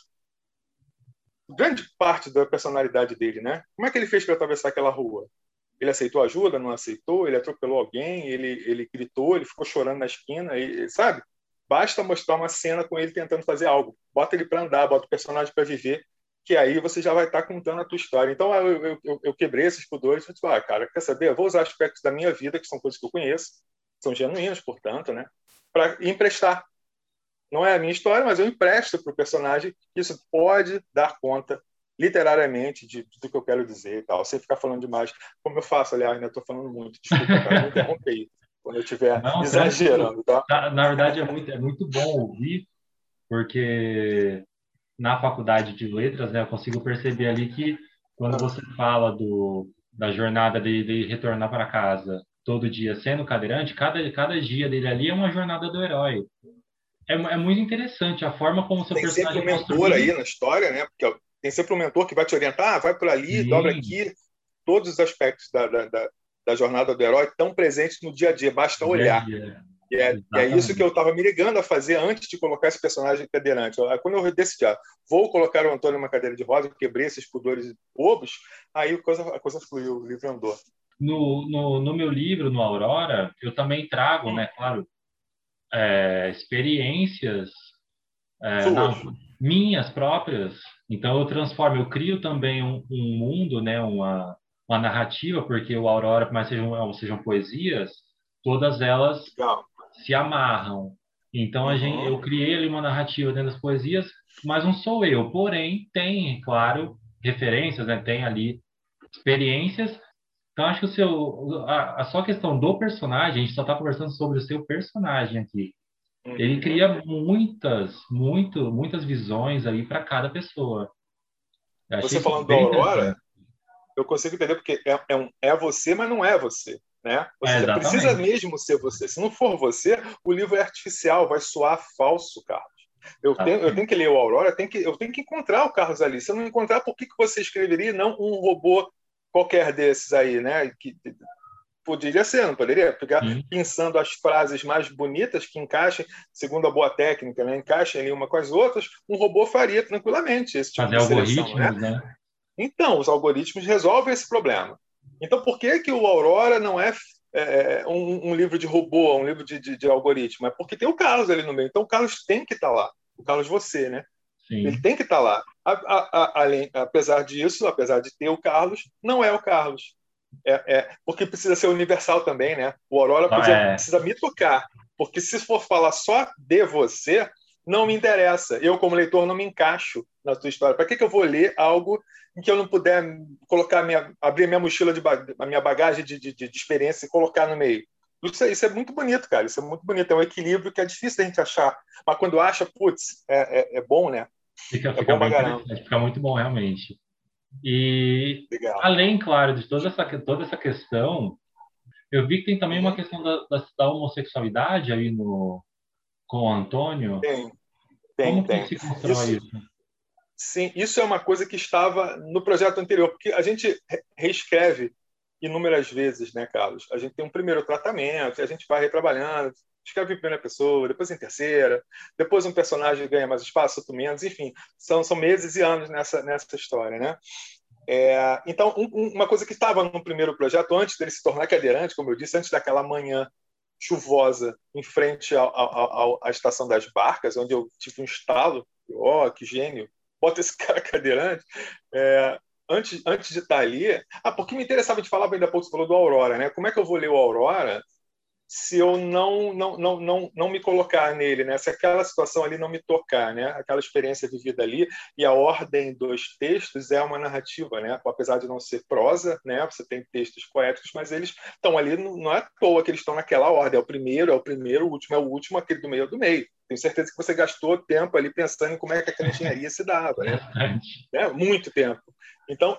grande parte da personalidade dele, né? Como é que ele fez para atravessar aquela rua? Ele aceitou ajuda, não aceitou? Ele atropelou alguém? Ele gritou? Ele ficou chorando na esquina? Sabe? Basta mostrar uma cena com ele tentando fazer algo. Bota ele para andar, bota o personagem para viver, que aí você já vai estar contando a tua história. Então, eu quebrei esses pudores e falei, cara, quer saber? Eu vou usar aspectos da minha vida, que são coisas que eu conheço, são genuínos, portanto, né? Para emprestar. Não é a minha história, mas eu empresto para o personagem. Isso pode dar conta literariamente do que eu quero dizer e tal, sem ficar falando demais, como eu faço, aliás, né? Estou falando muito, desculpa, cara, me interrompe aí, quando eu estiver exagerando, tá? Na verdade, é muito bom ouvir, porque na faculdade de letras, né, eu consigo perceber ali que quando você fala da jornada de retornar para casa todo dia sendo cadeirante, cada dia dele ali é uma jornada do herói. É muito interessante a forma como o seu Tem sempre personagem um é mentor construído. aí na história, né? Porque tem sempre um mentor que vai te orientar, vai por ali, dobra Sim, aqui. Todos os aspectos da jornada do herói estão presentes no dia a dia, basta dia a olhar. dia. E é isso que eu Exatamente. estava me ligando a fazer antes de colocar esse personagem cadeirante. Quando eu decidi, vou colocar o Antônio numa cadeira de roda, eu quebrei esses pudores bobos, aí a coisa fluiu, o livro andou. No meu livro, no Aurora, eu também trago, Hum, né, claro, experiências suas. minhas próprias. Então eu crio também um mundo, né, uma narrativa, porque o Aurora, por mais sejam poesias, todas elas Legal. se amarram. Então Uhum. eu criei ali uma narrativa dentro das poesias, mas não sou eu. Porém, tem, claro, referências, né? Tem ali experiências. Então acho que a só questão do personagem, a gente só está conversando sobre o seu personagem aqui. Ele Uhum. cria muitas visões aí para cada pessoa. Eu achei Você isso falando da bem Aurora, interessante. eu consigo entender porque é você, mas não é você. Né? Ou seja, precisa Exatamente. mesmo ser você. Se não for você, o livro é artificial, vai soar falso, Carlos. Eu tenho Exatamente. que ler o Aurora, eu tenho que encontrar o Carlos ali. Se eu não encontrar, por que você escreveria não um robô qualquer desses aí, né? Que poderia ser, não poderia? Ficar Sim. pensando as frases mais bonitas que encaixem, segundo a boa técnica, né? Encaixem ali uma com as outras, um robô faria tranquilamente esse tipo Fazer de seleção, não é? algoritmos, né? Então, os algoritmos resolvem esse problema. Então, por que, que o Aurora não um livro de robô, um livro de algoritmo? É porque tem o Carlos ali no meio. Então, o Carlos tem que estar lá. O Carlos você, né? Ele Sim. tem que estar lá. Apesar disso, apesar de ter o Carlos, não é o Carlos. Porque precisa ser universal também, né? O Aurora É, precisa me tocar. Porque se for falar só de você, não me interessa. Eu, como leitor, não me encaixo na tua história. Para que eu vou ler algo em que eu não puder abrir minha mochila, a minha bagagem de experiência e colocar no meio? Isso é muito bonito, cara. Isso é muito bonito. É um equilíbrio que é difícil da gente achar. Mas quando acha, putz, é bom, né? É fica bom pra bem caramba. interessante, fica muito bom, realmente. E, Legal. além, claro, de toda essa questão, eu vi que tem também uma Uhum. questão da homossexualidade aí com o Antônio. Tem, tem, Como que tem. se constrói Isso, isso? sim, isso é uma coisa que estava no projeto anterior, porque a gente reescreve inúmeras vezes, né, Carlos? A gente tem um primeiro tratamento, a gente vai retrabalhando, escreve em primeira pessoa, depois em terceira, depois um personagem ganha mais espaço, outro menos, enfim, são meses e anos nessa história, né? Então, uma coisa que estava no primeiro projeto, antes dele se tornar cadeirante, como eu disse, antes daquela manhã chuvosa em frente à estação das barcas, onde eu tive um estalo, que gênio, bota esse cara cadeirante. Antes de estar ali. Porque me interessava de falar, bem da pouco você falou do Aurora, né? Como é que eu vou ler o Aurora se eu não me colocar nele, né? Se aquela situação ali não me tocar, né? Aquela experiência vivida ali, e a ordem dos textos é uma narrativa, né? Apesar de não ser prosa, né? Você tem textos poéticos, mas eles estão ali, não é à toa que eles estão naquela ordem. É o primeiro, o último é o último, aquele do meio é o do meio. Tenho certeza que você gastou tempo ali pensando em como é que aquela engenharia se dava, Bastante. né? Muito tempo. Então,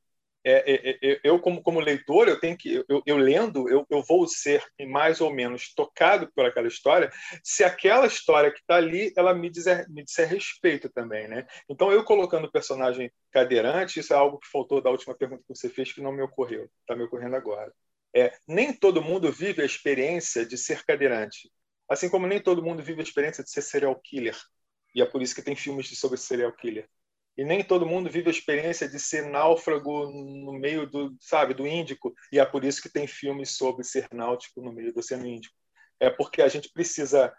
eu como leitor, eu tenho que eu lendo, eu vou ser mais ou menos tocado por aquela história, se aquela história que está ali, ela me disser respeito também, né? Então, eu colocando o personagem cadeirante, isso é algo que faltou da última pergunta que você fez que não me ocorreu, está me ocorrendo agora. Nem todo mundo vive a experiência de ser cadeirante, assim como nem todo mundo vive a experiência de ser serial killer. E é por isso que tem filmes sobre serial killer. E nem todo mundo vive a experiência de ser náufrago no meio do Índico, e é por isso que tem filmes sobre ser náutico no meio do Oceano Índico. É porque a gente precisa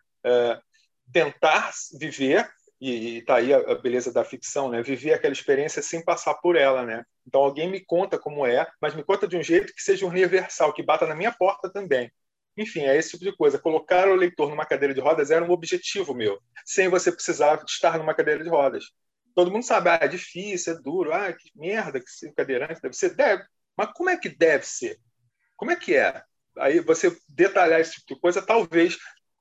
tentar viver, e está aí a beleza da ficção, né? Viver aquela experiência sem passar por ela, né? Então alguém me conta como é, mas me conta de um jeito que seja universal, que bata na minha porta também. Enfim, é esse tipo de coisa. Colocar o leitor numa cadeira de rodas era um objetivo meu, sem você precisar estar numa cadeira de rodas. Todo mundo sabe, é difícil, é duro, que merda que ser cadeirante deve ser. Deve. Mas como é que deve ser? Como é que é? Aí você detalhar esse tipo de coisa, talvez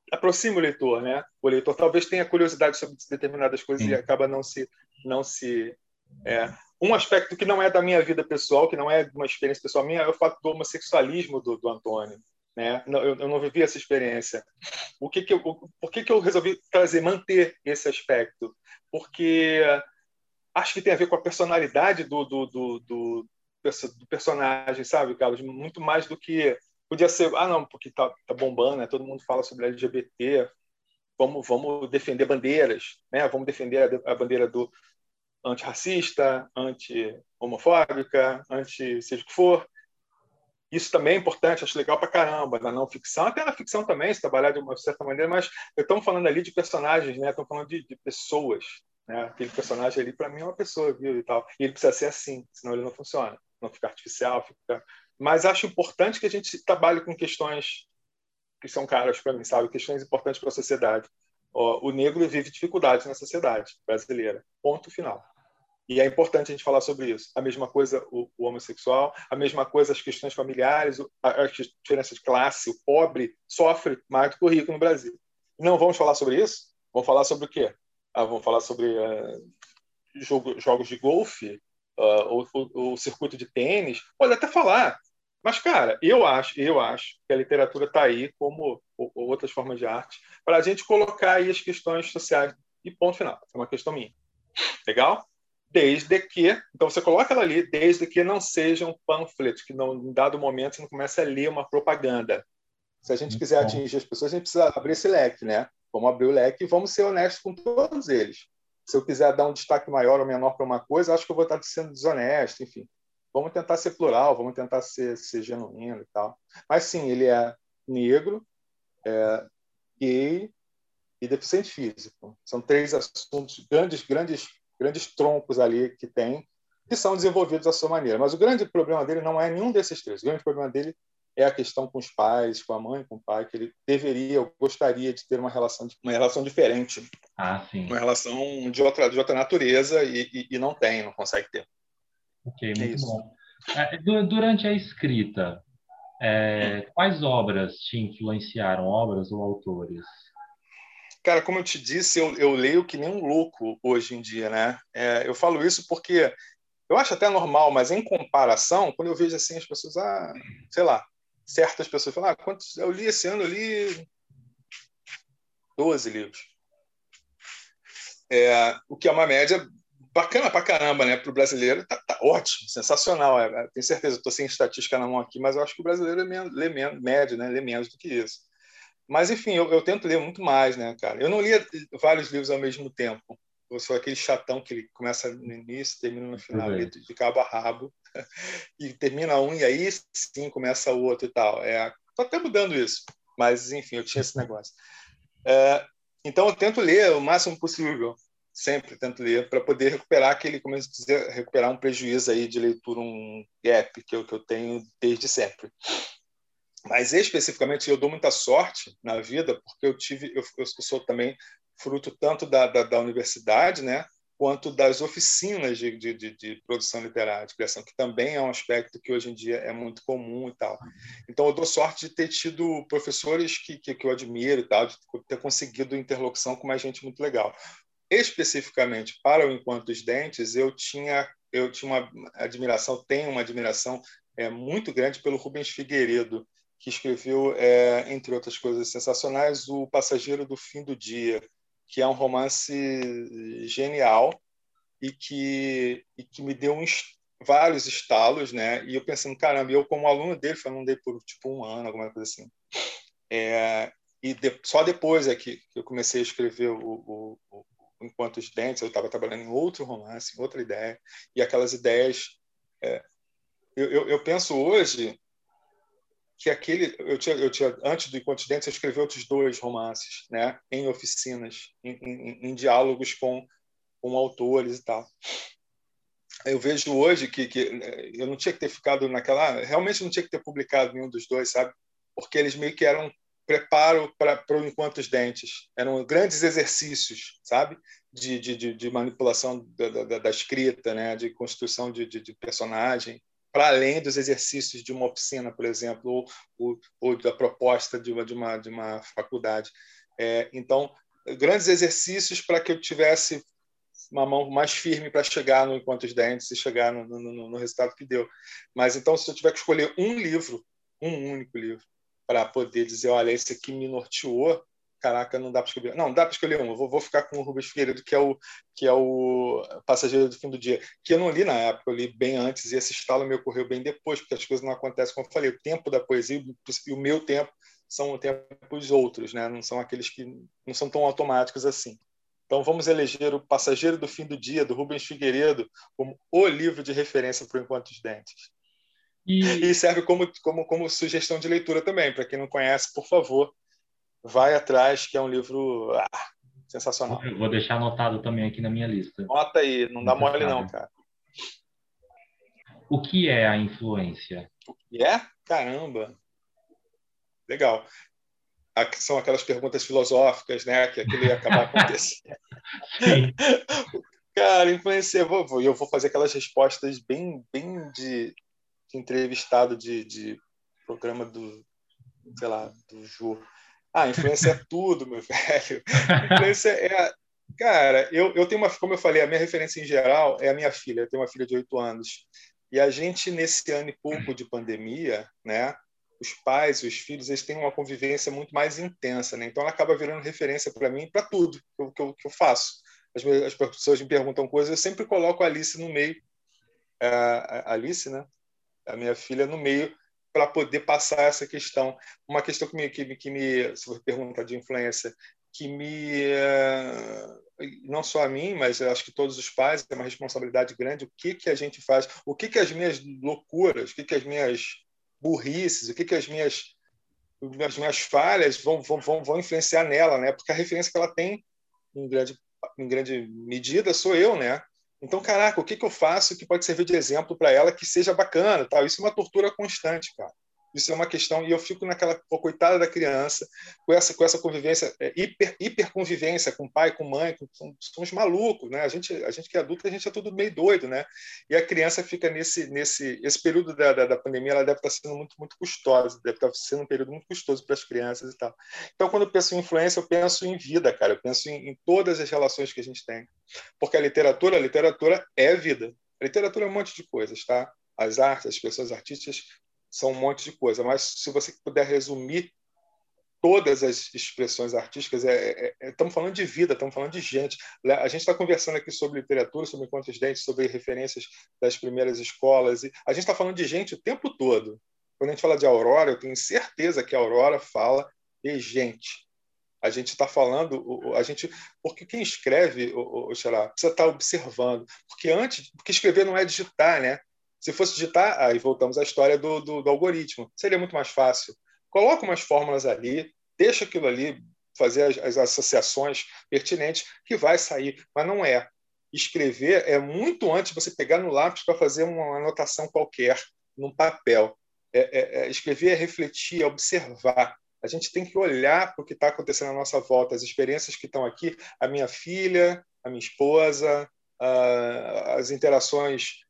aproxima o leitor, né? O leitor talvez tenha curiosidade sobre determinadas coisas e Sim. acaba não se um aspecto que não é da minha vida pessoal, que não é uma experiência pessoal minha, é o fato do homossexualismo do Antônio, né? Eu não vivi essa experiência. Por que eu resolvi manter esse aspecto? Porque acho que tem a ver com a personalidade do personagem, sabe, Carlos? Muito mais do que podia ser, não, porque tá bombando, né? Todo mundo fala sobre LGBT, vamos defender bandeiras, né? Vamos defender a bandeira do antirracista, anti-homofóbica, seja o que for. Isso também é importante, acho legal pra caramba, na não ficção, até na ficção também, se trabalhar de uma certa maneira, mas estamos falando ali de personagens, né? Estamos falando de pessoas, né? Aquele personagem ali, para mim, é uma pessoa, viu, e tal. E ele precisa ser assim, senão ele não funciona. Não fica artificial, fica... Mas acho importante que a gente trabalhe com questões que são caras para mim, sabe? Questões importantes para a sociedade. O negro vive dificuldades na sociedade brasileira. Ponto final. E é importante a gente falar sobre isso. A mesma coisa o homossexual, a mesma coisa as questões familiares, as diferenças de classe, o pobre sofre mais do que o rico no Brasil. Não vamos falar sobre isso? Vamos falar sobre o quê? Vamos falar sobre jogos de golfe, o circuito de tênis. Pode até falar. Mas, cara, eu acho que a literatura está aí, como outras formas de arte, para a gente colocar aí as questões sociais. E ponto final. É uma questão minha. Legal? Desde que, então você coloca ela ali, desde que não sejam panfletos, que não, em dado momento você não comece a ler uma propaganda. Se a gente Muito quiser bom. atingir as pessoas, a gente precisa abrir esse leque, né? Vamos abrir o leque e vamos ser honestos com todos eles. Se eu quiser dar um destaque maior ou menor para uma coisa, acho que eu vou estar sendo desonesto, enfim. Vamos tentar ser plural, vamos tentar ser genuíno e tal. Mas sim, ele é negro, gay e deficiente físico. São três assuntos, grandes troncos ali que tem, que são desenvolvidos da sua maneira. Mas o grande problema dele não é nenhum desses três. O grande problema dele é a questão com os pais, com a mãe, com o pai, que ele deveria, ou gostaria de ter uma relação diferente, Sim. uma relação de outra natureza e não tem, não consegue ter. Ok, É muito isso. bom. Durante a escrita, quais obras te influenciaram, obras ou autores? Cara, como eu te disse, eu leio que nem um louco hoje em dia, né? Eu falo isso porque eu acho até normal, mas em comparação, quando eu vejo assim as pessoas, sei lá, certas pessoas falam, quantos eu li esse ano? Eu li 12 livros. O que é uma média bacana pra caramba, né? Para o brasileiro, tá ótimo, sensacional. Tenho certeza, estou sem estatística na mão aqui, mas eu acho que o brasileiro lê menos, médio, né? Lê menos do que isso. Mas, enfim, eu tento ler muito mais, né, cara? Eu não lia vários livros ao mesmo tempo. Eu sou aquele chatão que ele começa no início, termina no final, ali de cabo a rabo, e termina um, e aí sim começa o outro e tal. Tô até mudando isso, mas, enfim, eu tinha esse negócio. Então, eu tento ler o máximo possível, sempre tento ler, para poder recuperar como eu dizer, recuperar um prejuízo aí de leitura, um gap que eu tenho desde sempre. Mas especificamente eu dou muita sorte na vida porque eu sou também fruto tanto da universidade, né, quanto das oficinas de produção literária, de criação, que também é um aspecto que hoje em dia é muito comum e tal. Então eu dou sorte de ter tido professores que eu admiro e tal, de ter conseguido interlocução com mais gente muito legal. Especificamente para o Enquanto os Dentes, eu tinha uma admiração, tenho uma admiração muito grande pelo Rubens Figueiredo, que escreveu, entre outras coisas sensacionais, O Passageiro do Fim do Dia, que é um romance genial e que me deu vários estalos, né? E eu pensando, caramba, eu como aluno dele, eu não dei por tipo um ano, alguma coisa assim. Só depois é que eu comecei a escrever Enquanto os Dentes, eu estava trabalhando em outro romance, em outra ideia, e aquelas ideias... eu penso hoje que eu tinha antes do Enquanto os Dentes, eu escrevi outros 2 romances, né, em oficinas, em diálogos com autores e tal. Eu vejo hoje que eu não tinha que ter ficado realmente não tinha que ter publicado nenhum dos 2, sabe? Porque eles meio que eram preparo para o Enquanto os Dentes. Eram grandes exercícios, sabe? De manipulação da escrita, né? De construção de personagem. para além dos exercícios de uma oficina, por exemplo, ou da proposta de uma faculdade. Então, grandes exercícios para que eu tivesse uma mão mais firme para chegar no Enquanto os Dentes e chegar no resultado que deu. Mas então, se eu tiver que escolher um livro, um único livro, para poder dizer, olha, esse aqui me norteou, caraca, não dá para escolher. Não, dá para escolher um. Eu vou ficar com o Rubens Figueiredo, que é o Passageiro do Fim do Dia, que eu não li na época, eu li bem antes, e esse estalo me ocorreu bem depois, porque as coisas não acontecem, como eu falei, o tempo da poesia e o meu tempo são tempos outros, né? Não são aqueles que não são tão automáticos assim. Então, vamos eleger o Passageiro do Fim do Dia, do Rubens Figueiredo, como o livro de referência para o Enquanto os Dentes. E serve como sugestão de leitura também. Para quem não conhece, por favor, vai atrás, que é um livro sensacional. Eu vou deixar anotado também aqui na minha lista. Nota aí, não dá mole não, cara. O que é a influência? O que é? Caramba! Legal. São aquelas perguntas filosóficas, né? Que aquilo ia acabar acontecendo. Sim. Cara, influência... Eu vou fazer aquelas respostas bem de entrevistado de programa do, sei lá, do Jô. Influência é tudo, meu velho. Influência é... Cara, eu tenho como eu falei, a minha referência em geral é a minha filha. Eu tenho uma filha de 8 anos. E a gente, nesse ano e pouco de pandemia, né? Os pais, os filhos, eles têm uma convivência muito mais intensa, né? Então, ela acaba virando referência para mim, para tudo que eu faço. As pessoas me perguntam coisas, eu sempre coloco a Alice no meio. A Alice, né? A minha filha no meio, para poder passar essa questão. Uma questão que me se você perguntar de influência, que não só a mim, mas eu acho que todos os pais, é uma responsabilidade grande, o que a gente faz, o que as minhas loucuras, o que as minhas burrices, o que as minhas falhas vão influenciar nela, né? Porque a referência que ela tem, em grande medida, sou eu, né? Então, caraca, o que eu faço que pode servir de exemplo para ela que seja bacana? Tal? Isso é uma tortura constante, cara. Isso é uma questão, e eu fico naquela coitada da criança, com essa convivência, hiperconvivência com pai, com mãe, somos malucos, né? A gente que é adulto, a gente é tudo meio doido, né? E a criança fica esse período da pandemia, ela deve estar sendo muito, muito custosa, deve estar sendo um período muito custoso para as crianças e tal. Então, quando eu penso em influência, eu penso em vida, cara, eu penso em todas as relações que a gente tem. Porque a literatura é vida. A literatura é um monte de coisas, tá? As artes, as pessoas artistas são um monte de coisa, mas se você puder resumir todas as expressões artísticas, estamos falando de vida, estamos falando de gente. A gente está conversando aqui sobre literatura, sobre Enquanto os Dentes, sobre referências das primeiras escolas, e a gente está falando de gente o tempo todo. Quando a gente fala de Aurora, eu tenho certeza que a Aurora fala de gente. A gente está falando, porque quem escreve, Xará, precisa estar observando, porque escrever não é digitar, né? Se fosse digitar, aí voltamos à história do algoritmo, seria muito mais fácil. Coloca umas fórmulas ali, deixa aquilo ali, fazer as associações pertinentes, que vai sair, mas não é. Escrever é muito antes de você pegar no lápis para fazer uma anotação qualquer, num papel. Escrever é refletir, é observar. A gente tem que olhar para o que está acontecendo à nossa volta, as experiências que estão aqui, a minha filha, a minha esposa, as interações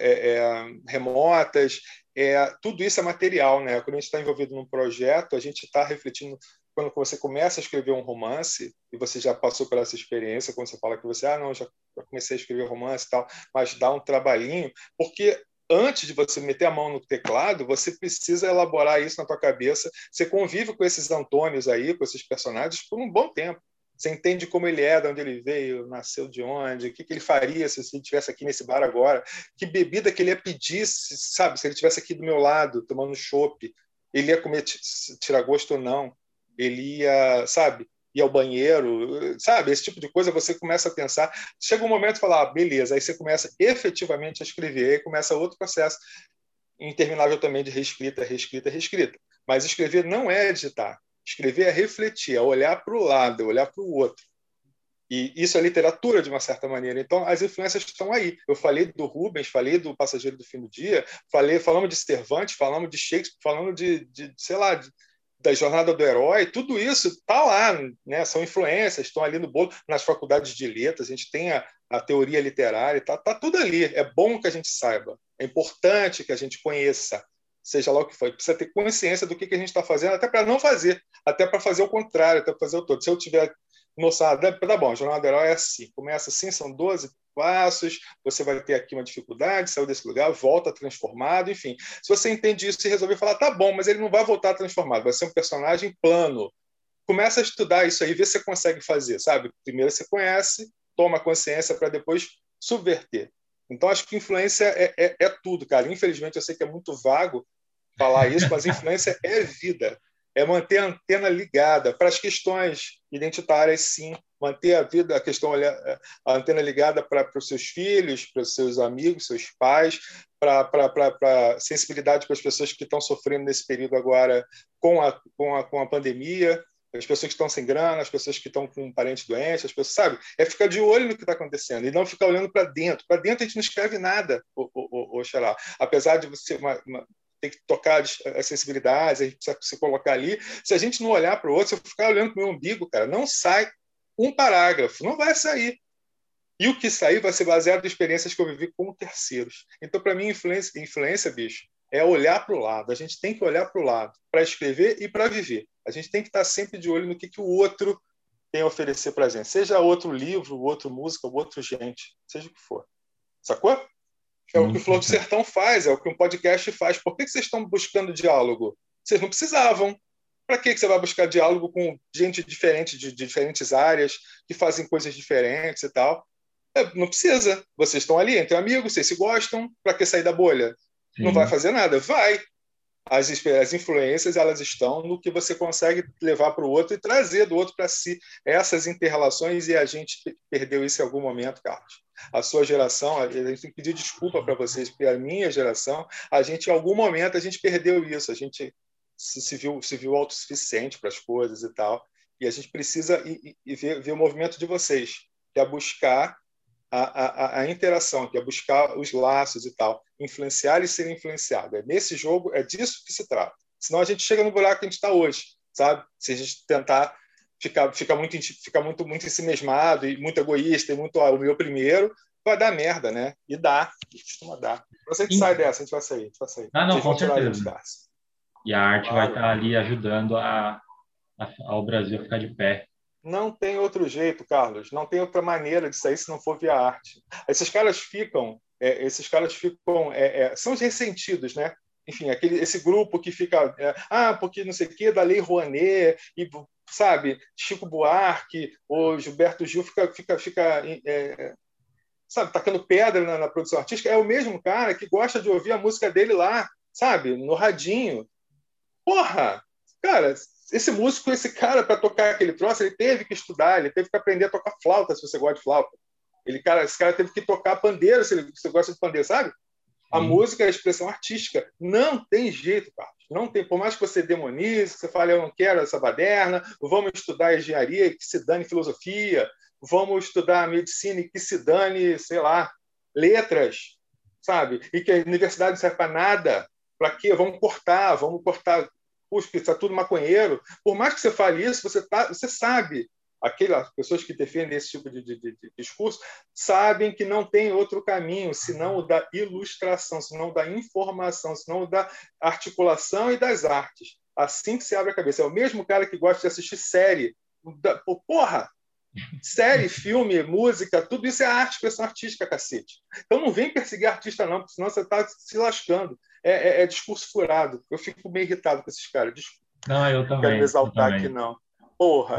remotas, tudo isso é material, né? Quando a gente está envolvido num projeto, a gente está refletindo. Quando você começa a escrever um romance e você já passou por essa experiência, quando você fala que você não, já comecei a escrever romance e tal, mas dá um trabalhinho, porque antes de você meter a mão no teclado, você precisa elaborar isso na tua cabeça. Você convive com esses Antônios aí, com esses personagens, por um bom tempo. Você entende como ele é, de onde ele veio, nasceu de onde, o que ele faria se ele estivesse aqui nesse bar agora, que bebida que ele ia pedir, sabe? Se ele estivesse aqui do meu lado, tomando chopp, ele ia comer tiragosto ou não, ele ia, sabe? Ir ao banheiro, sabe? Esse tipo de coisa você começa a pensar. Chega um momento e fala, beleza, aí você começa efetivamente a escrever, aí começa outro processo interminável também de reescrita. Mas escrever não é digitar. Escrever é refletir, é olhar para o lado, é olhar para o outro. E isso é literatura, de uma certa maneira. Então, as influências estão aí. Eu falei do Rubens, falei do Passageiro do Fim do Dia, falamos de Cervantes, falamos de Shakespeare, falamos sei lá, da jornada do herói, tudo isso está lá, né? São influências, estão ali no bolo, nas faculdades de letras, a gente tem a teoria literária, tá tudo ali. É bom que a gente saiba, é importante que a gente conheça, seja lá o que for. Precisa ter consciência do que a gente está fazendo, até para não fazer, até para fazer o contrário, até para fazer o todo. Se eu tiver noção, tá bom, a jornada do herói é assim, começa assim, são 12 passos, você vai ter aqui uma dificuldade, saiu desse lugar, volta transformado, enfim. Se você entende isso e resolver falar, tá bom, mas ele não vai voltar transformado, vai ser um personagem plano. Começa a estudar isso aí, vê se você consegue fazer, sabe? Primeiro você conhece, toma consciência para depois subverter. Então, acho que influência é tudo, cara. Infelizmente, eu sei que é muito vago falar isso, mas influência é vida. É manter a antena ligada para as questões identitárias, sim. Manter a questão, a antena ligada para os seus filhos, para os seus amigos, seus pais, para sensibilidade para as pessoas que estão sofrendo nesse período agora com a pandemia, as pessoas que estão sem grana, as pessoas que estão com um parente doente, as pessoas, sabe? É ficar de olho no que está acontecendo e não ficar olhando para dentro. Para dentro a gente não escreve nada, Xará. Apesar de você ter que tocar as sensibilidades, a gente precisa se colocar ali. Se a gente não olhar para o outro, se eu ficar olhando para o meu umbigo, cara, não sai um parágrafo, não vai sair. E o que sair vai ser baseado em experiências que eu vivi com terceiros. Então, para mim, influência, bicho, é olhar para o lado. A gente tem que olhar para o lado para escrever e para viver. A gente tem que estar sempre de olho no que o outro tem a oferecer para a gente. Seja outro livro, outro música, outro gente, seja o que for. Sacou? É o que o Flor do Sertão faz, é o que um podcast faz. Por que vocês estão buscando diálogo? Vocês não precisavam. Para que você vai buscar diálogo com gente diferente, de diferentes áreas, que fazem coisas diferentes e tal? Não precisa. Vocês estão ali entre amigos, vocês se gostam. Para que sair da bolha? Sim. Não vai fazer nada? Vai. As influências, elas estão no que você consegue levar para o outro e trazer do outro para si. Essas interrelações, e a gente perdeu isso em algum momento, Carlos. A sua geração, a gente tem que pedir desculpa para vocês, porque a minha geração, em algum momento, a gente perdeu isso. A gente se viu autossuficiente para as coisas e tal. E a gente precisa ver o movimento de vocês, que é buscar a interação, que é buscar os laços e tal, influenciar e ser influenciado. Nesse jogo, é disso que se trata. Senão a gente chega no buraco que a gente está hoje, sabe? Se a gente tentar ficar muito ensimesmado e muito egoísta e muito o meu primeiro, vai dar merda, né? E costuma dar. Mas a gente sai dessa, a gente vai sair. Ah, não, Vocês vão com tirar a gente certeza. dessa. E a arte vai Claro. estar ali ajudando ao Brasil a ficar de pé. Não tem outro jeito, Carlos. Não tem outra maneira de sair se não for via arte. Esses caras ficam são os ressentidos, né? Enfim, esse grupo que fica, porque não sei o quê, da Lei Rouanet, e, sabe, Chico Buarque, ou Gilberto Gil fica sabe, tacando pedra na produção artística. É o mesmo cara que gosta de ouvir a música dele lá, sabe, no radinho. Porra! Cara, esse cara, para tocar aquele troço, ele teve que estudar, ele teve que aprender a tocar flauta, se você gosta de flauta. Esse cara teve que tocar pandeiro, se você gosta de pandeiro, sabe? A música é a expressão artística. Não tem jeito, Carlos. Não tem. Por mais que você demonize, que você fale, eu não quero essa baderna, vamos estudar engenharia e que se dane filosofia, vamos estudar medicina e que se dane, sei lá, letras, sabe? E que a universidade não serve para nada. Para quê? Vamos cortar. Puxa, está tudo maconheiro. Por mais que você fale isso, você sabe. Aquelas pessoas que defendem esse tipo de discurso sabem que não tem outro caminho senão o da ilustração, senão o da informação, senão o da articulação e das artes. Assim que se abre a cabeça. É o mesmo cara que gosta de assistir série. Porra! Série, filme, música, tudo isso é arte, expressão artística, cacete. Então não vem perseguir artista, não, porque senão você está se lascando. É discurso furado. Eu fico meio irritado com esses caras. Desculpa. Não, eu também. Não quero me exaltar aqui, não. Porra!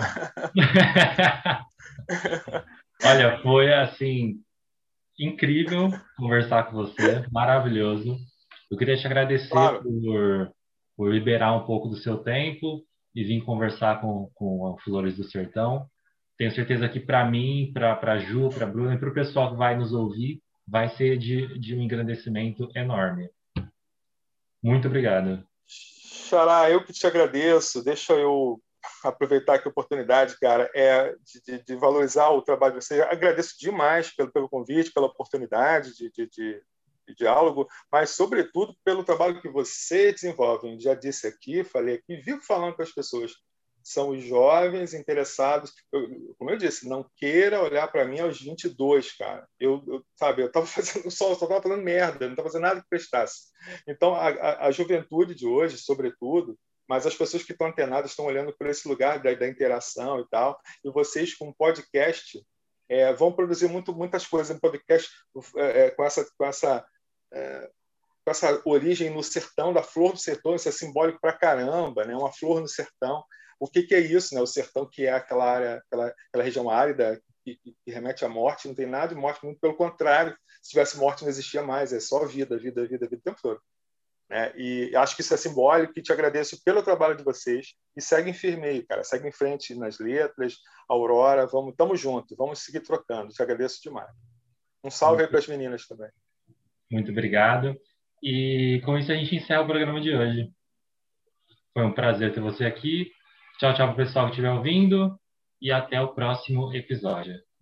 Olha, foi assim incrível conversar com você, maravilhoso. Eu queria te agradecer Claro. por liberar um pouco do seu tempo e vir conversar com a Flores do Sertão. Tenho certeza que para mim, para a Ju, para a Bruna e para o pessoal que vai nos ouvir, vai ser de um engrandecimento enorme. Muito obrigado. Xará, eu que te agradeço. Deixa eu aproveitar aqui a oportunidade, cara, de valorizar o trabalho de vocês. Agradeço demais pelo convite, pela oportunidade de diálogo, mas, sobretudo, pelo trabalho que você desenvolve. Eu já disse aqui, falei aqui, vivo falando com as pessoas. São os jovens interessados. Como eu disse, não queira olhar para mim aos 22, cara. Sabe, eu estava fazendo só estava fazendo merda, não estava fazendo nada que prestasse. Então, a juventude de hoje, sobretudo, mas as pessoas que estão antenadas estão olhando para esse lugar da interação e tal. E vocês, com podcast, vão produzir muitas coisas em podcast com essa origem no sertão, da flor do sertão. Isso é simbólico para caramba, né? Uma flor no sertão. O que é isso, né? O sertão, que é aquela área, aquela região árida que remete à morte, não tem nada de morte, muito pelo contrário. Se tivesse morte, não existia mais, é só vida, vida, vida, vida o tempo todo. E acho que isso é simbólico, e te agradeço pelo trabalho de vocês, e segue firme aí, cara, segue em frente nas letras. Aurora, estamos juntos, vamos seguir trocando, te agradeço demais. Um salve aí para as meninas também. Muito obrigado. E com isso a gente encerra o programa de hoje. Foi um prazer ter você aqui. Tchau, tchau para o pessoal que estiver ouvindo e até o próximo episódio.